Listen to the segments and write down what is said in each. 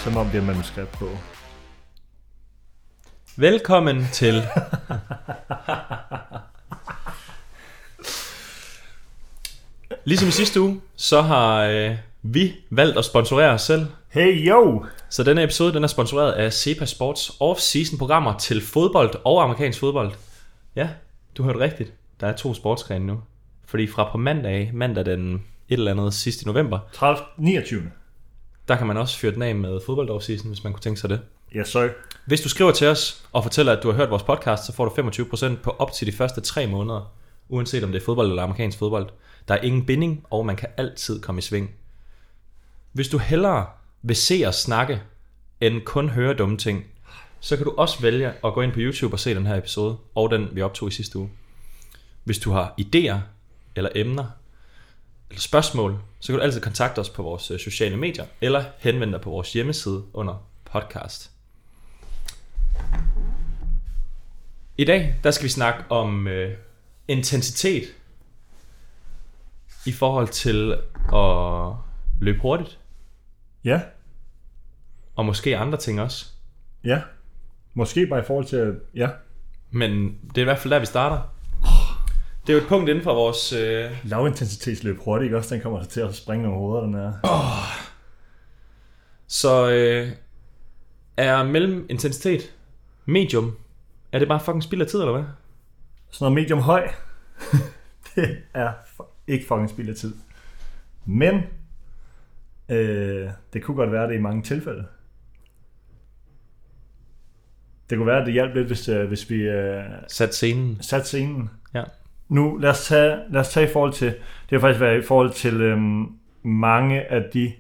Som om det er manuskript på. Velkommen til Ligesom i sidste uge, så har vi valgt at sponsorere os selv. Hey yo! Så denne episode, den er sponsoreret af Cepa Sports off-season programmer til fodbold og amerikansk fodbold. Ja, du hørte rigtigt. Der er 2 sportsgrene nu. Fordi fra på mandag den et eller andet sidst i november 29. Der kan man også fyre den af med fodbold off-season, hvis man kunne tænke sig det. Yes, sir. Hvis du skriver til os og fortæller, at du har hørt vores podcast, så får du 25% på op til de første 3 måneder. Uanset om det er fodbold eller amerikansk fodbold. Der er ingen binding, og man kan altid komme i sving. Hvis du hellere vil se os snakke, end kun høre dumme ting, så kan du også vælge at gå ind på YouTube og se den her episode, og den vi optog i sidste uge. Hvis du har idéer, eller emner, eller spørgsmål, så kan du altid kontakte os på vores sociale medier, eller henvende dig på vores hjemmeside under podcast. I dag, der skal vi snakke om intensitet i forhold til at løbe hurtigt. Ja. Og måske andre ting også. Ja. Måske bare i forhold til... Ja. Men det er i hvert fald der, vi starter. Det er jo et punkt inden for vores... Lavintensitetsløb hurtigt, ikke også? Den kommer til at springe nogle hoveder, den her. Så er mellem intensitet medium, er det bare fucking spild af tid, eller hvad? Sådan noget medium høj. Det er ikke fucking spild af tid. Men det kunne godt være det i mange tilfælde. Det kunne være, at det hjalp lidt, hvis vi Sat scenen. Ja. Nu lad os tage i forhold til, det har faktisk været i forhold til mange af de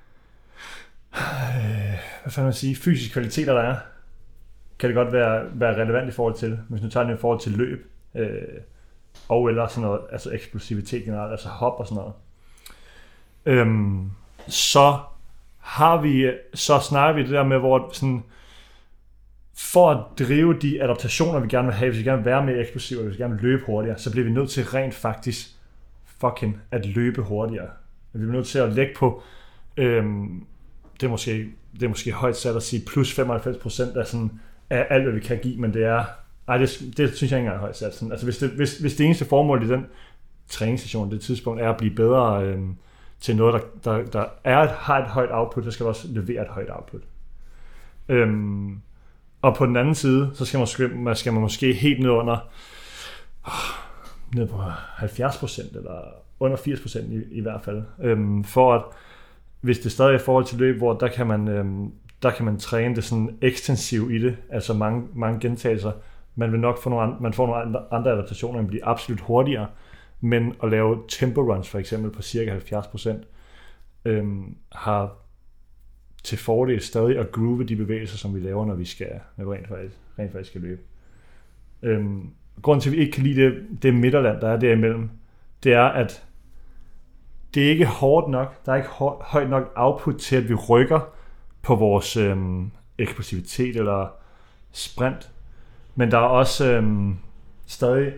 hvad fanden man sige, fysiske kvaliteter, der er. Kan det godt være relevant i forhold til, hvis nu tager det i forhold til løb, og eller sådan noget, altså eksplosivitet generelt, altså hop og sådan noget. Så snakker vi det der med, hvor sådan, for at drive de adaptationer, vi gerne vil have, hvis vi gerne vil være mere eksplosive, hvis vi gerne vil løbe hurtigere, så bliver vi nødt til rent faktisk at løbe hurtigere. Vi bliver nødt til at lægge på, det er måske højt sat at sige, plus 95% af alt, hvad vi kan give, men det er, det synes jeg ikke engang er højt sat. Altså hvis det eneste formål i den træningssession, det tidspunkt, er at blive bedre til noget, der har et højt output, så skal man også levere et højt output. Og på den anden side, så skal man måske helt ned på 70% eller under 80% i hvert fald. For at, hvis det stadig er i forhold til løb, hvor der kan man træne det sådan ekstensivt i det, altså mange gentagelser. Man vil nok få nogle andre adaptationer, man bliver absolut hurtigere, men at lave tempo runs for eksempel på cirka 70%, har til fordel stadig at groove de bevægelser, som vi laver, når vi rent faktisk skal løbe. Grunden til, at vi ikke kan lide det midterland, der er derimellem, det er, at det er ikke hårdt nok, der er ikke højt nok output til, at vi rykker på vores eksplosivitet eller sprint, men der er også stadig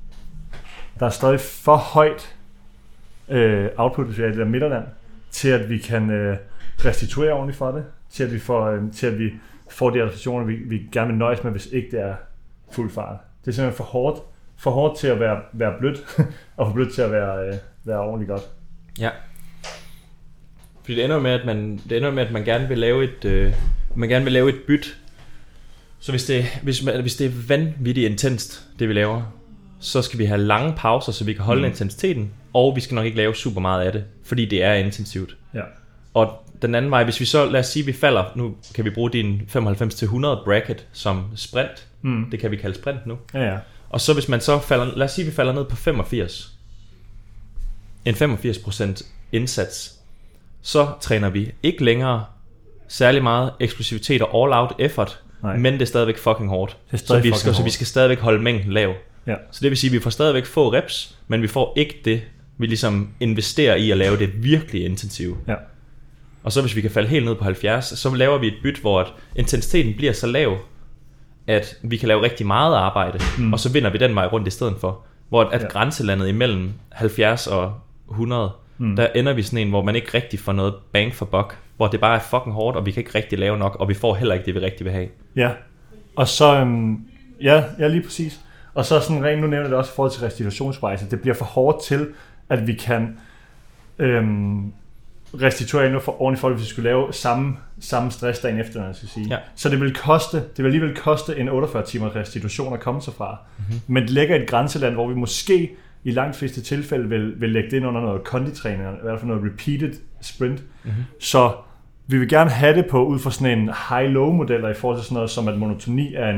for højt output, hvis vi er i det der midterland, til at vi kan restituere ordentligt for det, til at vi får de adaptationer, vi gerne vil nøjes med, hvis ikke det er fuld fart. Det er simpelthen for hårdt til at være blødt, og for blødt til at være ordentligt godt. Ja. Fordi det ender med, at man gerne vil lave et byt. Så hvis det er vanvittigt intenst, det vi laver, så skal vi have lange pauser, så vi kan holde intensiteten, og vi skal nok ikke lave super meget af det, fordi det er intensivt. Ja. Og den anden vej, hvis vi så, lad os sige, vi falder, nu kan vi bruge din 95-100 bracket som sprint, det kan vi kalde sprint nu. Ja. Og så hvis man så falder, lad os sige, vi falder ned på 85, en 85% indsats, så træner vi ikke længere særlig meget eksplosivitet og all-out effort, men det er stadigvæk fucking hårdt. Så vi skal stadigvæk holde mængden lav. Ja. Så det vil sige, at vi får stadigvæk få reps, men vi får ikke det, vi ligesom investerer i at lave det virkelig intensive. Ja. Og så hvis vi kan falde helt ned på 70, så laver vi et byt, hvor intensiteten bliver så lav, at vi kan lave rigtig meget arbejde, og så vinder vi den vej rundt i stedet for. Hvor at grænselandet imellem 70 og 100, der ender vi sådan en, hvor man ikke rigtig får noget bang for buck, hvor det bare er fucking hårdt, og vi kan ikke rigtig lave nok, og vi får heller ikke det, vi rigtig vil have. Ja, og så, ja, lige præcis. Og så sådan rent, nu nævner jeg det også i forhold til restitutionsrejse, det bliver for hårdt til, at vi kan restituere endnu for ordentligt folk, hvis vi skulle lave samme stress dagen efter, når jeg skal sige. Ja. Så det vil alligevel koste en 48 timers restitution at komme sig fra. Men det ligger i et grænseland, hvor vi måske i langt fleste tilfælde vil lægge det ind under noget konditræning, i hvert fald noget repeated sprint. Så vi vil gerne have det på ud fra sådan en high-low modeller i forhold til sådan noget som, at monotoni er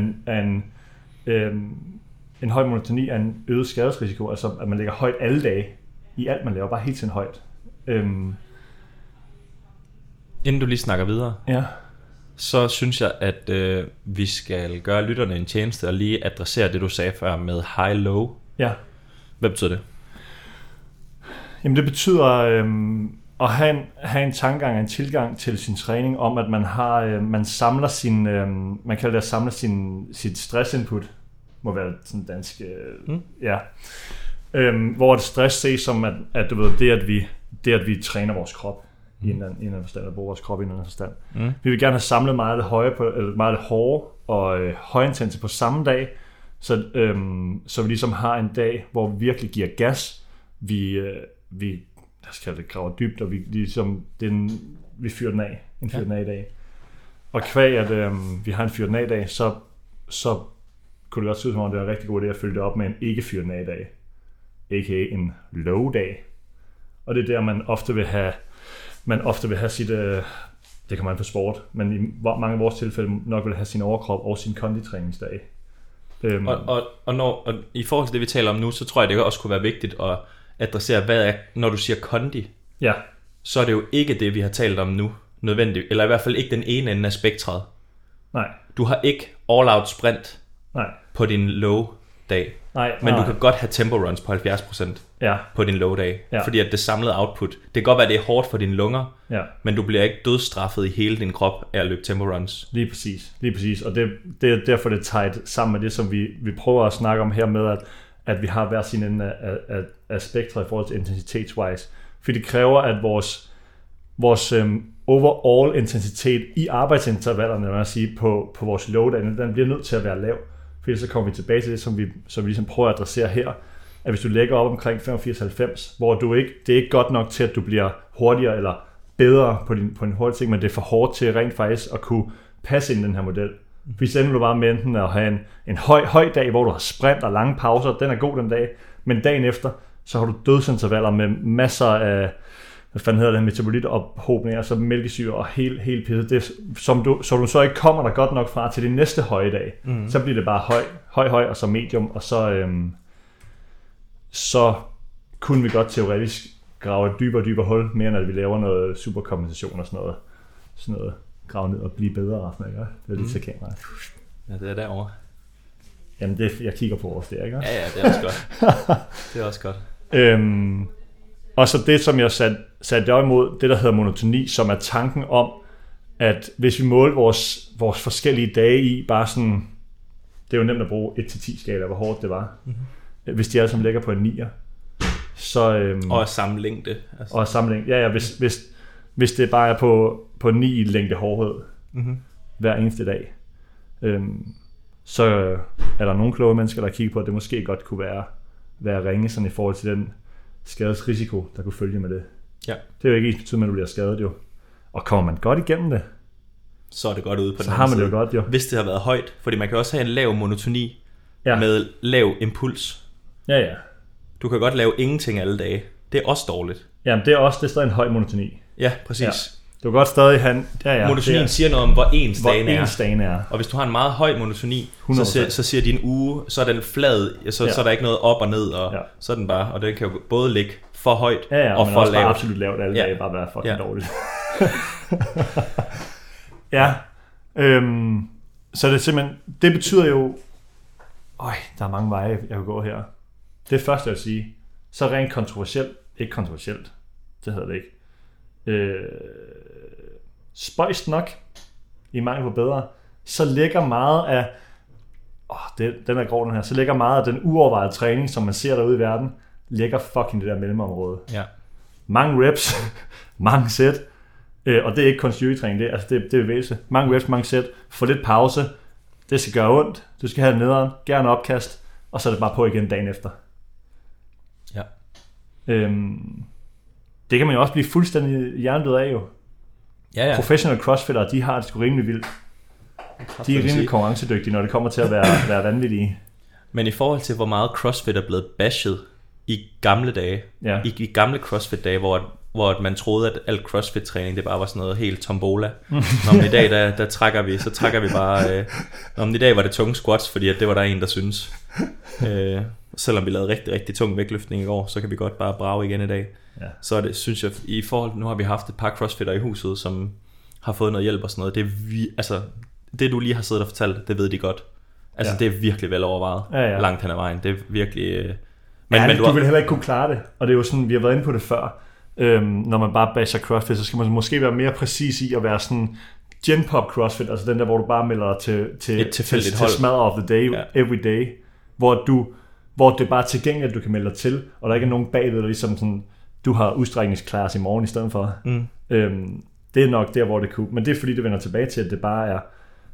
en høj monotoni er en øget skadesrisiko, altså at man ligger højt alle dage i alt, man laver, bare helt tiden højt. Inden du lige snakker videre, Ja. så synes jeg, at vi skal gøre lytterne en tjeneste og lige adressere det, du sagde før med high-low. Ja. Hvad betyder det? Jamen det betyder at have en tankegang og en tilgang til sin træning om, at man samler sin, man kalder det at samle sit stressinput, må være sådan dansk, ja. Hvor et stress ses som, at du ved, det at vi træner vores krop i en eller anden forstand, eller bruger vores krop i en eller anden forstand. Vi vil gerne have samlet meget af det høje, meget af det hårde og højintense på samme dag, så vi ligesom har en dag, hvor vi virkelig giver gas. Vi graver dybt, og vi ligesom vi fyrer den af, den af i dag. Og kvæg at vi har en fyr den af i dag, så kunne det godt se ud som om det er en rigtig god idé at følge det op med en ikke fyr den af i dag, a.k.a. en low dag. Og det er der man ofte vil have sit, det kan man på sport, men i mange af vores tilfælde nok vil have sin overkrop og sin konditræningsdag. Og i forhold til det vi taler om nu, så tror jeg det også kunne være vigtigt at adressere, hvad er, når du siger kondi, ja. Så er det jo ikke det vi har talt om nu nødvendigt, eller i hvert fald ikke den ene ende af spektret. Nej. Du har ikke all out sprint på din low dag. Men du kan godt have tempo runs på 70% på din low dag, fordi at det samlede output, det kan godt være, det er hårdt for dine lunger, men du bliver ikke dødsstraffet i hele din krop af at løbe tempo runs. Lige præcis. Og det er derfor det er tight sammen med det, som vi prøver at snakke om her med, at vi har hver sin ende af spektret i forhold til intensitetswise. Fordi det kræver, at vores overall intensitet i arbejdsintervallerne, vil jeg sige, på vores low dag, den bliver nødt til at være lav. Fordi så kommer vi tilbage til det, som vi ligesom prøver at adressere her, at hvis du lægger op omkring 85-90, hvor det er ikke godt nok til, at du bliver hurtigere eller bedre på en hurtig ting, men det er for hårdt til rent faktisk at kunne passe ind i den her model. Hvis ender du bare med enten at have en høj dag, hvor du har sprint og lange pauser, den er god den dag, men dagen efter, så har du dødsintervaller med masser af, hvad fanden hedder det, metabolietophobninger, altså mælkesyre og helt pisset. Så du så ikke kommer der godt nok fra til din næste høje dag, så bliver det bare høj, og så medium, og så kunne vi godt teoretisk grave et dybere hul, mere når vi laver noget superkompensation og sådan noget grave ned og blive bedre, Rasmus, ikke? Det er lidt til kameraet. Ja, det er derovre. Jamen, jeg kigger på os der, ikke? Ja, det er også godt. Det er også godt. Og så det, som jeg satte det op imod, det der hedder monotoni, som er tanken om, at hvis vi måler vores forskellige dage i, bare sådan, det er jo nemt at bruge 1-10 skala, hvor hårdt det var. Hvis de alle sammen ligger på en 9'er, så... og samme længde. Altså. Og samme længde, ja, hvis det bare er på 9 længde hårdhed, hver eneste dag, så er der nogle kloge mennesker, der kigger på, at det måske godt kunne være ringe sådan i forhold til den skadesrisiko, der kunne følge med det. Ja. Det er jo ikke ens betydning, at du bliver skadet jo. Og kommer man godt igennem det, så er det godt ude på den så har man det jo godt jo. Hvis det har været højt, fordi man kan også have en lav monotoni med lav impuls. Ja. Du kan godt lave ingenting alle dage. Det er også dårligt. Jamen det er stadig en høj monotoni. Ja, præcis. Ja. Du kan godt stadig have monotonien siger noget om, hvor ens dagen er. Og hvis du har en meget høj monotoni, så siger din uge, så er den flad, så er der ikke noget op og ned, og så er den bare, og den kan jo både ligge for højt og for lavt. Bare absolut lavt alle dage, bare være fucking dårligt. Så det simpelthen, det betyder jo, der er mange veje, jeg kan gå her. Det første jeg vil sige, så rent ikke kontroversielt, det hedder det ikke. Spøjst nok, i mangel på bedre, så ligger meget af, den er grov den her, så ligger meget af den uovervejede træning, som man ser derude i verden, ligger fucking det der mellemområde. Ja. mange reps, mange sæt, og det er ikke kun styrketræning, det er bevægelse. Mange reps, mange sæt, få lidt pause, det skal gøre ondt, du skal have det nederen, gerne opkast, og så er det bare på igen dagen efter. Ja. Det kan man jo også blive fuldstændig hjernedød af jo. Ja. Professional crossfitter, de har det sgu rimelig vildt. De er rimelig konkurrencedygtige, når det kommer til at være vanvittige. Men i forhold til, hvor meget CrossFit er blevet bashed i gamle dage, i gamle CrossFit-dage, hvor man troede, at al CrossFit-træning, det bare var sådan noget helt tombola. Når i dag, der trækker vi bare... Når i dag var det tunge squats, fordi at det var der en, der synes. Selvom vi lavede rigtig, rigtig tung vægtløftning i går, så kan vi godt bare brage igen i dag. Ja. Så er det, synes jeg, i forhold nu har vi haft et par crossfitter i huset, som har fået noget hjælp og sådan noget. Det du lige har siddet og fortalt, det ved de godt. Altså det er virkelig vel overvejet langt hen ad vejen. Det er virkelig... Men du vil heller ikke kunne klare det. Og det er jo sådan, vi har været inde på det før. Når man bare basher CrossFit, så skal man måske være mere præcis i at være sådan gen pop CrossFit, altså den der, hvor du bare melder dig til smadre of the day, every day, hvor det er bare tilgængeligt, at du kan melde dig til, og der ikke er nogen bagved, der ligesom sådan, du har udstrækningsklasse i morgen i stedet for. Det er nok der, hvor det kunne, men det er fordi, det vender tilbage til, at det bare er,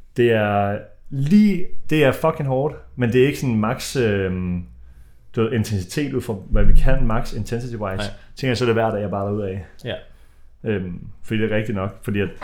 det er fucking hårdt, men det er ikke sådan max intensitet ud fra, hvad vi kan max intensity-wise. Tænker jeg, så er det hver dag, jeg bare er derude af. Ja. Fordi det er rigtigt nok, fordi at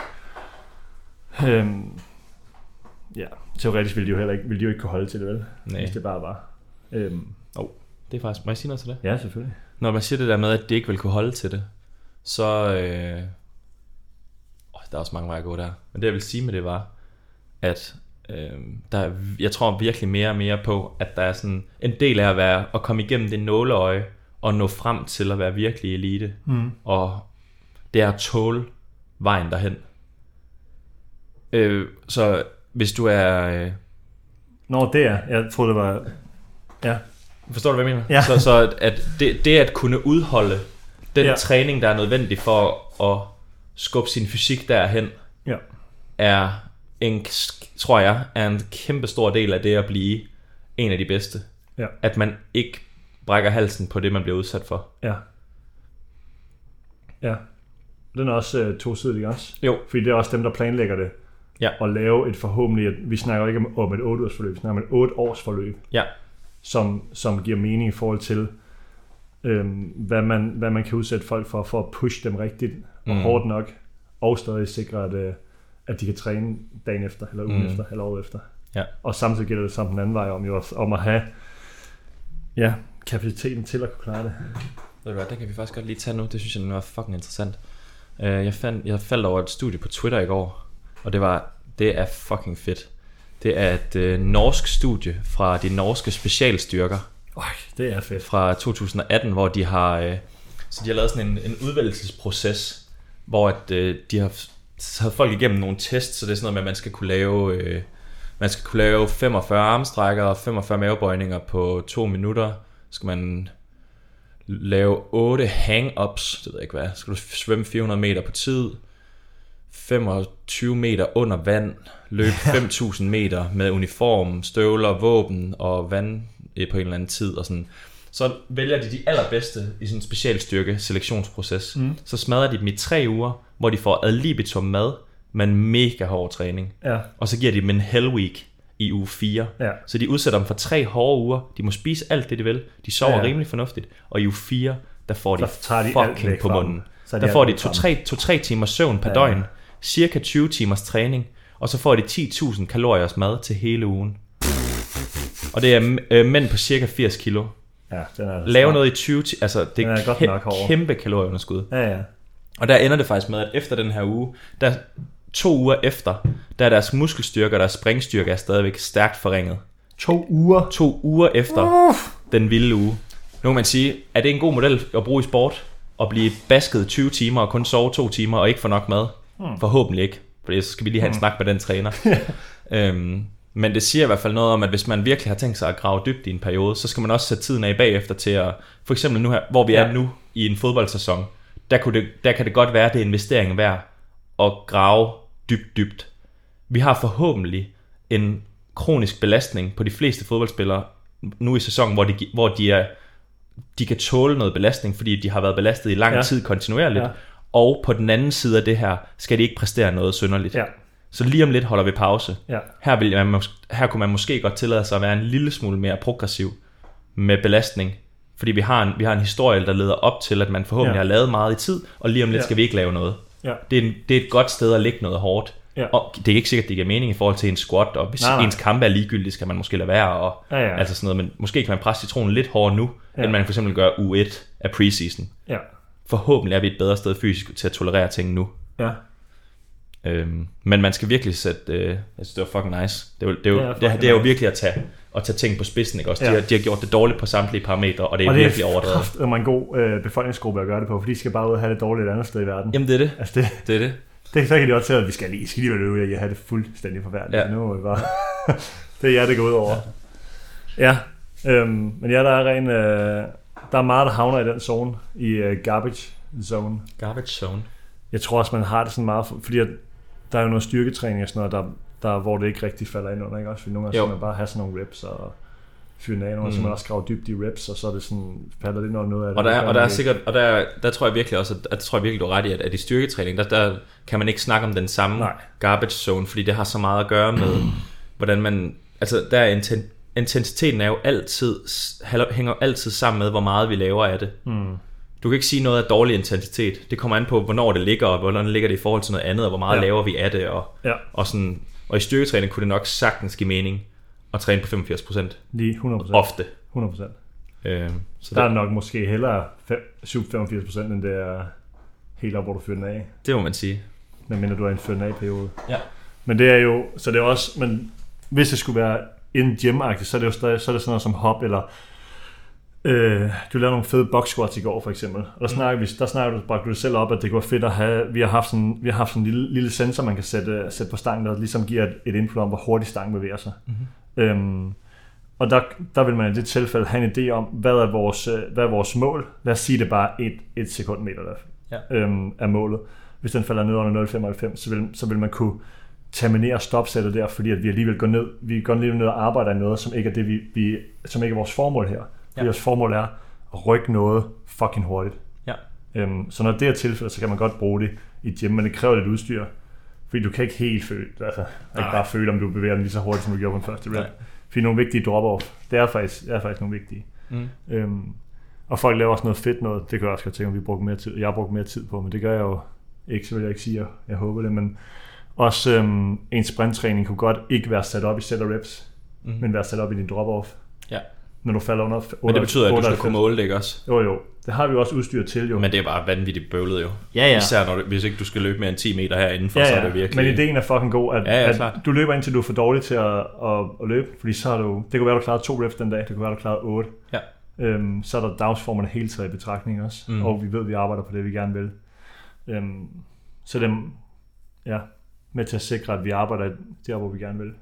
teoretisk ville de jo ikke kunne holde til det, vel? Nej. Hvis det bare var. Det er faktisk, må jeg sige noget til det? Ja, selvfølgelig. Når man siger det der med, at det ikke vil kunne holde til det, så der er også mange veje at gå der. Men det jeg vil sige med det var, at jeg tror virkelig mere og mere på, at der er sådan en del af at komme igennem det nåleøje og nå frem til at være virkelig elite. Og det er at tåle vejen derhen. Så hvis du er... jeg troede det var... Ja. Forstår du, hvad jeg mener? Ja. Så at det at kunne udholde den træning, der er nødvendig for at skubbe sin fysik derhen, er tror jeg, er en kæmpe stor del af det at blive en af de bedste. Ja. At man ikke brækker halsen på det, man bliver udsat for. Ja. Ja. Den er også tosidig også. Jo. Fordi det er også dem, der planlægger det. Ja. Og lave et forhåbentlig, vi snakker ikke om et 8-års forløb, vi snakker om et 8-års forløb. Ja. Som giver mening i forhold til, hvad man kan udsætte folk for at pushe dem rigtigt og hårdt nok, og stadig sikre, at de kan træne dagen efter, eller ugen efter, eller året efter. Ja. Og samtidig gælder det samt den anden vej om at have kapaciteten til at kunne klare det. Ved du hvad, det kan vi faktisk godt lige tage nu. Det synes jeg var fucking interessant. Jeg faldt over et studie på Twitter i går, og det er fucking fedt. Det er et norsk studie fra de norske specialstyrker. Det er fedt. Fra 2018, hvor de har lavet sådan en udvælgelsesproces, hvor de har taget folk igennem nogle tests, så det er sådan noget med, at man skal kunne lave 45 armstrækker og 45 mavebøjninger på 2 minutter. Så skal man lave 8 hang-ups, det ved jeg ikke hvad. Så skal du svømme 400 meter på tid, 25 meter under vand, løbe 5.000 meter med uniform, støvler, våben og vand på en eller anden tid og sådan. Så vælger de allerbedste i sådan en specialstyrke selektionsproces. Så smadrer de dem i 3 uger, hvor de får ad libitum mad, men mega hård træning. Ja. Og så giver de dem en hell week i uge 4. Ja. Så de udsætter dem for 3 hårde uger. De må spise alt det, de vil. De sover rimelig fornuftigt. Og i uge 4, der får de fucking på munden. Der får de 2-3 timers søvn per døgn. Cirka 20 timers træning. Og så får de 10.000 kaloriers mad til hele ugen. Og det er mænd på cirka 80 kilo. Ja, den er lave noget i 20 altså det er kæmpe kalorieunderskud. Ja. Og der ender det faktisk med, at efter den her uge, der 2 uger efter, der er deres muskelstyrke og deres springstyrke er stadigvæk stærkt forringet. 2 uger? 2 uger efter den vilde uge. Nu kan man sige, er det en god model at bruge i sport? At blive basket 20 timer og kun sove 2 timer og ikke få nok mad? Forhåbentlig ikke, for så skal vi lige have en snak med den træner. Men det siger i hvert fald noget om, at hvis man virkelig har tænkt sig at grave dybt i en periode, så skal man også sætte tiden af bagefter til at, for eksempel nu her, hvor vi er nu i en fodboldsæson, der kan det godt være, at det er investeringen værd at grave dybt. Vi har forhåbentlig en kronisk belastning på de fleste fodboldspillere nu i sæsonen, hvor de er de kan tåle noget belastning, fordi de har været belastet i lang tid kontinuerligt, og på den anden side af det her, skal de ikke præstere noget synderligt. Ja. Så lige om lidt holder vi pause. Ja. Her kunne man måske godt tillade sig at være en lille smule mere progressiv med belastning, fordi vi har en historie, der leder op til, at man forhåbentlig har lavet meget i tid, og lige om lidt skal vi ikke lave noget. Ja. Det er et godt sted at lægge noget hårdt. Ja. Og det er ikke sikkert, det giver mening i forhold til en squat, og hvis ens kampe er ligegyldige, skal man måske lade være, og altså sådan noget, men måske kan man presse citronen lidt hårdere nu, end man for eksempel gør U1 af preseason. Ja. Forhåbentlig er vi et bedre sted fysisk til at tolerere ting nu. Ja. Men man skal virkelig sætte, jeg synes det var fucking nice. Det er jo virkelig at tage ting på spidsen, ikke også? De har gjort det dårligt på samtlige parametre, og det er virkelig overdrevet. Og det er en god befolkningsgruppe at gøre det på, fordi de skal bare ud og have det dårligt et andet sted i verden. Jamen det er det. Altså det er det. Det så kan de også til, at vi skal lige være løbe, og jeg har det fuldstændig forfærdeligt. Ja. Nu er det bare det er det går ud over. Ja, men der er der er meget, der havner i den zone, i garbage zone. Garbage zone. Jeg tror også, man har det sådan meget, fordi der er jo noget styrketræning og sådan noget, der hvor det ikke rigtig falder ind under, ikke også? Fordi nogle gange skal man bare have sådan nogle reps og fyre af, nogle så man også grave dybt i reps, og så er det sådan, falder det noget af det. Og der er sikkert, og der tror jeg virkelig også, at tror jeg virkelig, du er ret i, at i styrketræning, der kan man ikke snakke om den samme garbage zone, fordi det har så meget at gøre med, hvordan man, altså der er intensiteten er jo hænger altid sammen med, hvor meget vi laver af det. Du kan ikke sige noget af dårlig intensitet. Det kommer an på, hvornår det ligger, og hvordan ligger det i forhold til noget andet, og hvor meget laver vi af det. Og i styrketræning kunne det nok sagtens give mening at træne på 85%. Lige 100%. Ofte. 100%. Så der er nok måske hellere 85%, end det er helt op, hvor du fyrer den af. Det må man sige. Medmindre du er i en fyrer den af periode. Ja. Men det er jo, så det er også, men hvis det skulle være en gym-agtigt, så er det jo stadig, så er det sådan noget som hop, eller du lavede nogle fede box squats i går for eksempel, og der snakker du det selv op, at det kunne være fedt at have, vi har haft sådan en lille sensor, man kan sætte på stangen, der ligesom giver et input om, hvor hurtigt stangen bevæger sig. Og der vil man i det tilfælde have en idé om, hvad er vores mål. Lad os sige, det er bare et sekundmeter, der er målet. Hvis den falder ned under 0,95, så vil man kunne terminere stopsættet der, fordi at vi alligevel går ned og arbejder i noget, som ikke er det som ikke er vores formål her. Fordi vores formål er at rykke noget fucking hurtigt. Ja. Så når det er tilfældet, så kan man godt bruge det i gym, men det kræver lidt udstyr. Fordi du kan ikke helt føle, ikke bare føle, om du bevæger den lige så hurtigt, som du gjorde på den første rep. Fordi nogle vigtige drop-off, det er faktisk nogle vigtige. Og folk laver også noget fedt noget, det gør jeg også godt tænke, at jeg har brugt mere tid på, men det gør jeg jo ikke, så vil jeg ikke sige, at jeg håber det, men også en sprinttræning kunne godt ikke være sat op i set og reps, men være sat op i din drop-off. Ja. Når du falder under 8. Men det betyder, at du skal kunne måle det, ikke også? Jo. Det har vi jo også udstyr til, jo. Men det er bare vanvittigt bøvlet, jo. Ja. Især hvis ikke du skal løbe mere end 10 meter herinde, så er det virkelig... Men ideen er fucking god, at du løber indtil du er for dårlig til at løbe, fordi så har du... Det kunne være, du klarede 2 reps den dag, det kunne være, du klarede 8. Ja. Så er der dagsformerne hele taget i betragtning også, og vi ved, at vi arbejder på det, vi gerne vil. Så dem, med til at sikre, at vi arbejder der, hvor vi gerne vil.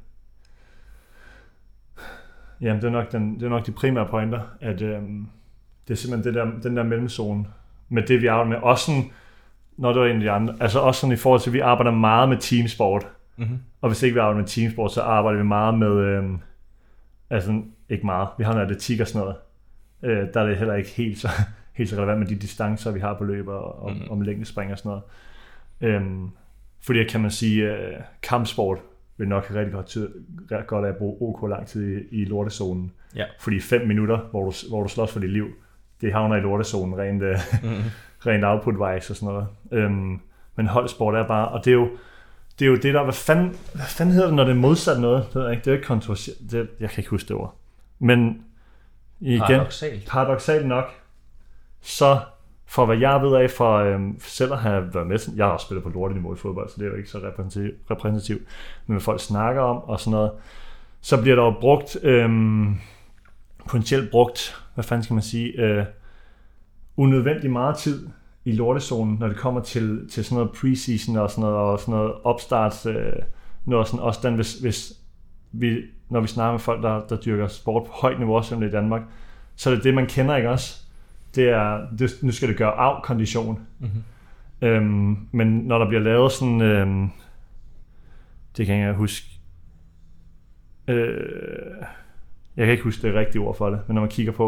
Jamen, det er nok de primære pointer, at det er simpelthen den der mellemzone, med det vi arbejder med, også sådan, når det er en af de andre, altså også sådan i forhold til, at vi arbejder meget med teamsport, og hvis ikke vi arbejder med teamsport, så arbejder vi meget med, altså ikke meget, vi har noget atletik og sådan noget, der er det heller ikke helt så relevant med de distancer, vi har på løb og med længdespring og sådan noget. Fordi kan man sige, kampsport vil nok have rigtig godt af at bruge OK lang tid i lortezonen. Ja. Fordi 5 minutter, hvor du slås for dit liv, det havner i lortezonen rent output-wise og sådan noget. Men holdsport er bare, og det er jo det der, hvad fanden hedder det, når det er modsat noget? Det er jo ikke kontroversielt. Jeg kan ikke huske det ord. Men igen, paradoksalt nok, så for hvad jeg ved af, for selv at have været med, jeg har også spillet på lorteniveau i fodbold, så det er jo ikke så repræsentativt, men hvad folk snakker om og sådan noget, så bliver der jo brugt, potentielt brugt, hvad fanden skal man sige, unødvendig meget tid i lortezonen, når det kommer til sådan noget preseason og sådan noget opstarts, noget sådan, også den, hvis vi, når vi snakker med folk, der dyrker sport på højt niveau, også i Danmark, så er det man kender, ikke også? Nu skal det gøre af kondition. Men når der bliver lavet sådan, det kan jeg huske, jeg kan ikke huske det rigtige ord for det, men når man kigger på,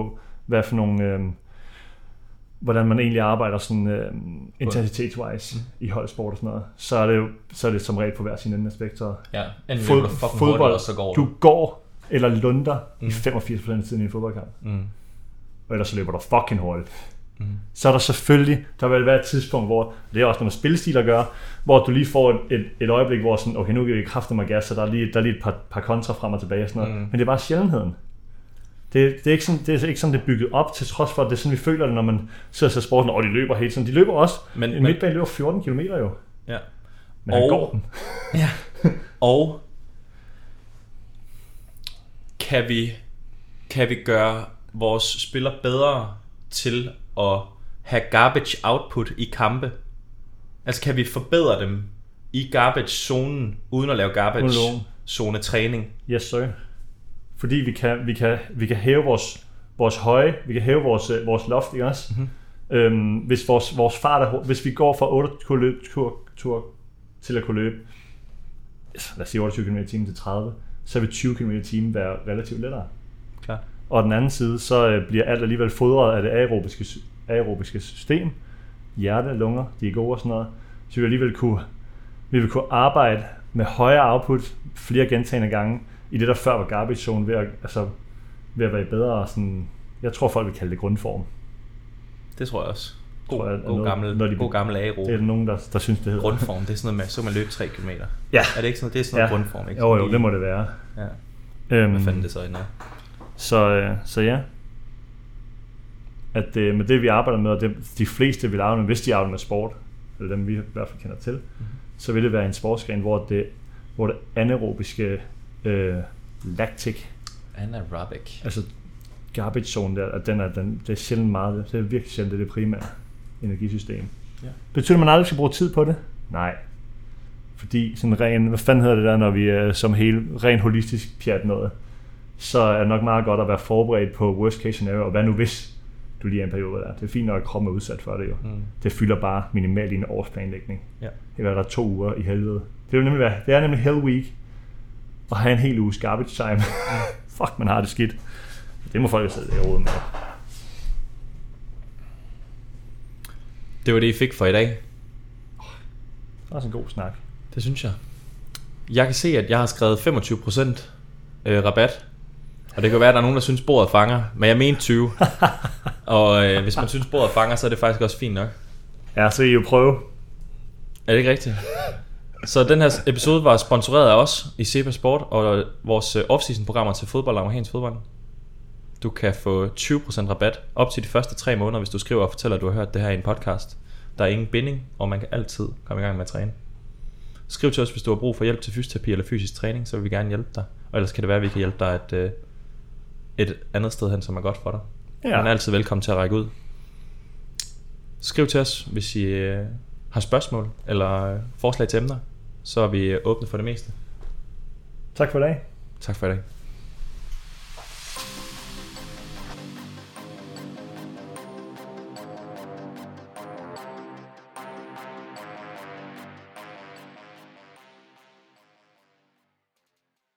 hvad for nogle, hvordan man egentlig arbejder sådan intensitetswise i holdsport og sådan noget, så er det som regel på hver sin ende aspekt. Så fodbold, så går du går eller lunder i 85% af tiden i en fodboldkamp. Og ellers så løber du fucking hurtigt. Så er der selvfølgelig, der vil være et tidspunkt, hvor det er også noget med spillestil at gøre, hvor du lige får et øjeblik, hvor sådan, okay, nu kan vi kræfte mig gas, så der er lige et par kontra frem og tilbage og sådan noget. Men det er bare sjældenheden. Det er ikke sådan, det er bygget op, til trods for, at det er sådan, vi føler det, når man sidder og sporten, og de løber hele tiden. De løber også. En midtbane løber 14 km jo. Ja. Men han går den. Ja. Og kan vi gøre vores spillere bedre til at have garbage output i kampe? Altså kan vi forbedre dem i garbage-zonen, uden at lave garbage-zone-træning? Yes, sir. Fordi vi kan hæve vores høje, vi kan hæve vores loft, ikke også? Hvis vores fart er, hvis vi går fra 8 tur til at kunne løbe, lad os sige 28 km/t til 30, så vil 20 km/t være relativt lettere. Klar. Og den anden side, så bliver alt alligevel fodret af det aerobiske system. Hjerte, lunger, de er gode og sådan noget. Så vi vil kunne arbejde med højere output flere gentagne gange, i det der før var garbage zone, ved at være bedre sådan, jeg tror folk vil kalde det grundform. Det tror jeg også. God gammel aero. Det er nogen, der synes det hedder. Grundform, det er sådan noget med, så man løber 3 km. Ja. Er det ikke sådan noget, det er sådan noget grundform, ikke? Jo, det må det være. Ja. Hvad fanden det så endnu? Så ja. At med det vi arbejder med, og de fleste vil arbejde med, hvis de arbejder med sport, eller dem vi i hvert fald kender til, så vil det være en sportsgren, hvor det anaerobiske lactic, anaerobic, altså garbage zone der, at det er sjældent meget, det er virkelig sjældent det primære energisystem. Ja. Betyder man aldrig skal bruge tid på det? Nej. Fordi sådan ren, hvad fanden hedder det der, når vi er som hele ren holistisk pjat noget, så er det nok meget godt at være forberedt på worst case scenario, og hvad nu hvis du lige er en periode der. Det er fint nok, at kroppen er udsat for det jo. Det fylder bare minimalt i en årsplanlægning. Ja. Det er der 2 uger i helvede. Det er nemlig hell week at have en hel uges garbage time. Fuck, man har det skidt. Det må folk jo sidde i rådet med. Det var det, I fik for i dag. Det var også en god snak. Det synes jeg. Jeg kan se, at jeg har skrevet 25% rabat. Og det kan være, at der er nogen, der synes, bordet fanger. Men jeg mener 20. Og hvis man synes, bordet fanger, så er det faktisk også fint nok. Ja, så I jo prøve. Er det ikke rigtigt? Så den her episode var sponsoreret af os i Sepa Sport og vores off-season programmer til fodbold og amerikansk fodbold. Du kan få 20% rabat op til de første 3 måneder, hvis du skriver og fortæller, at du har hørt det her i en podcast. Der er ingen binding, og man kan altid komme i gang med at træne. Skriv til os, hvis du har brug for hjælp til fysioterapi eller fysisk træning, så vil vi gerne hjælpe dig. Og ellers kan det være, at vi kan hjælpe dig et andet sted hen, som er godt for dig. Ja. Man er altid velkommen til at række ud. Skriv til os, hvis I har spørgsmål eller forslag til emner, så er vi åbne for det meste. Tak for i dag. Tak for i dag.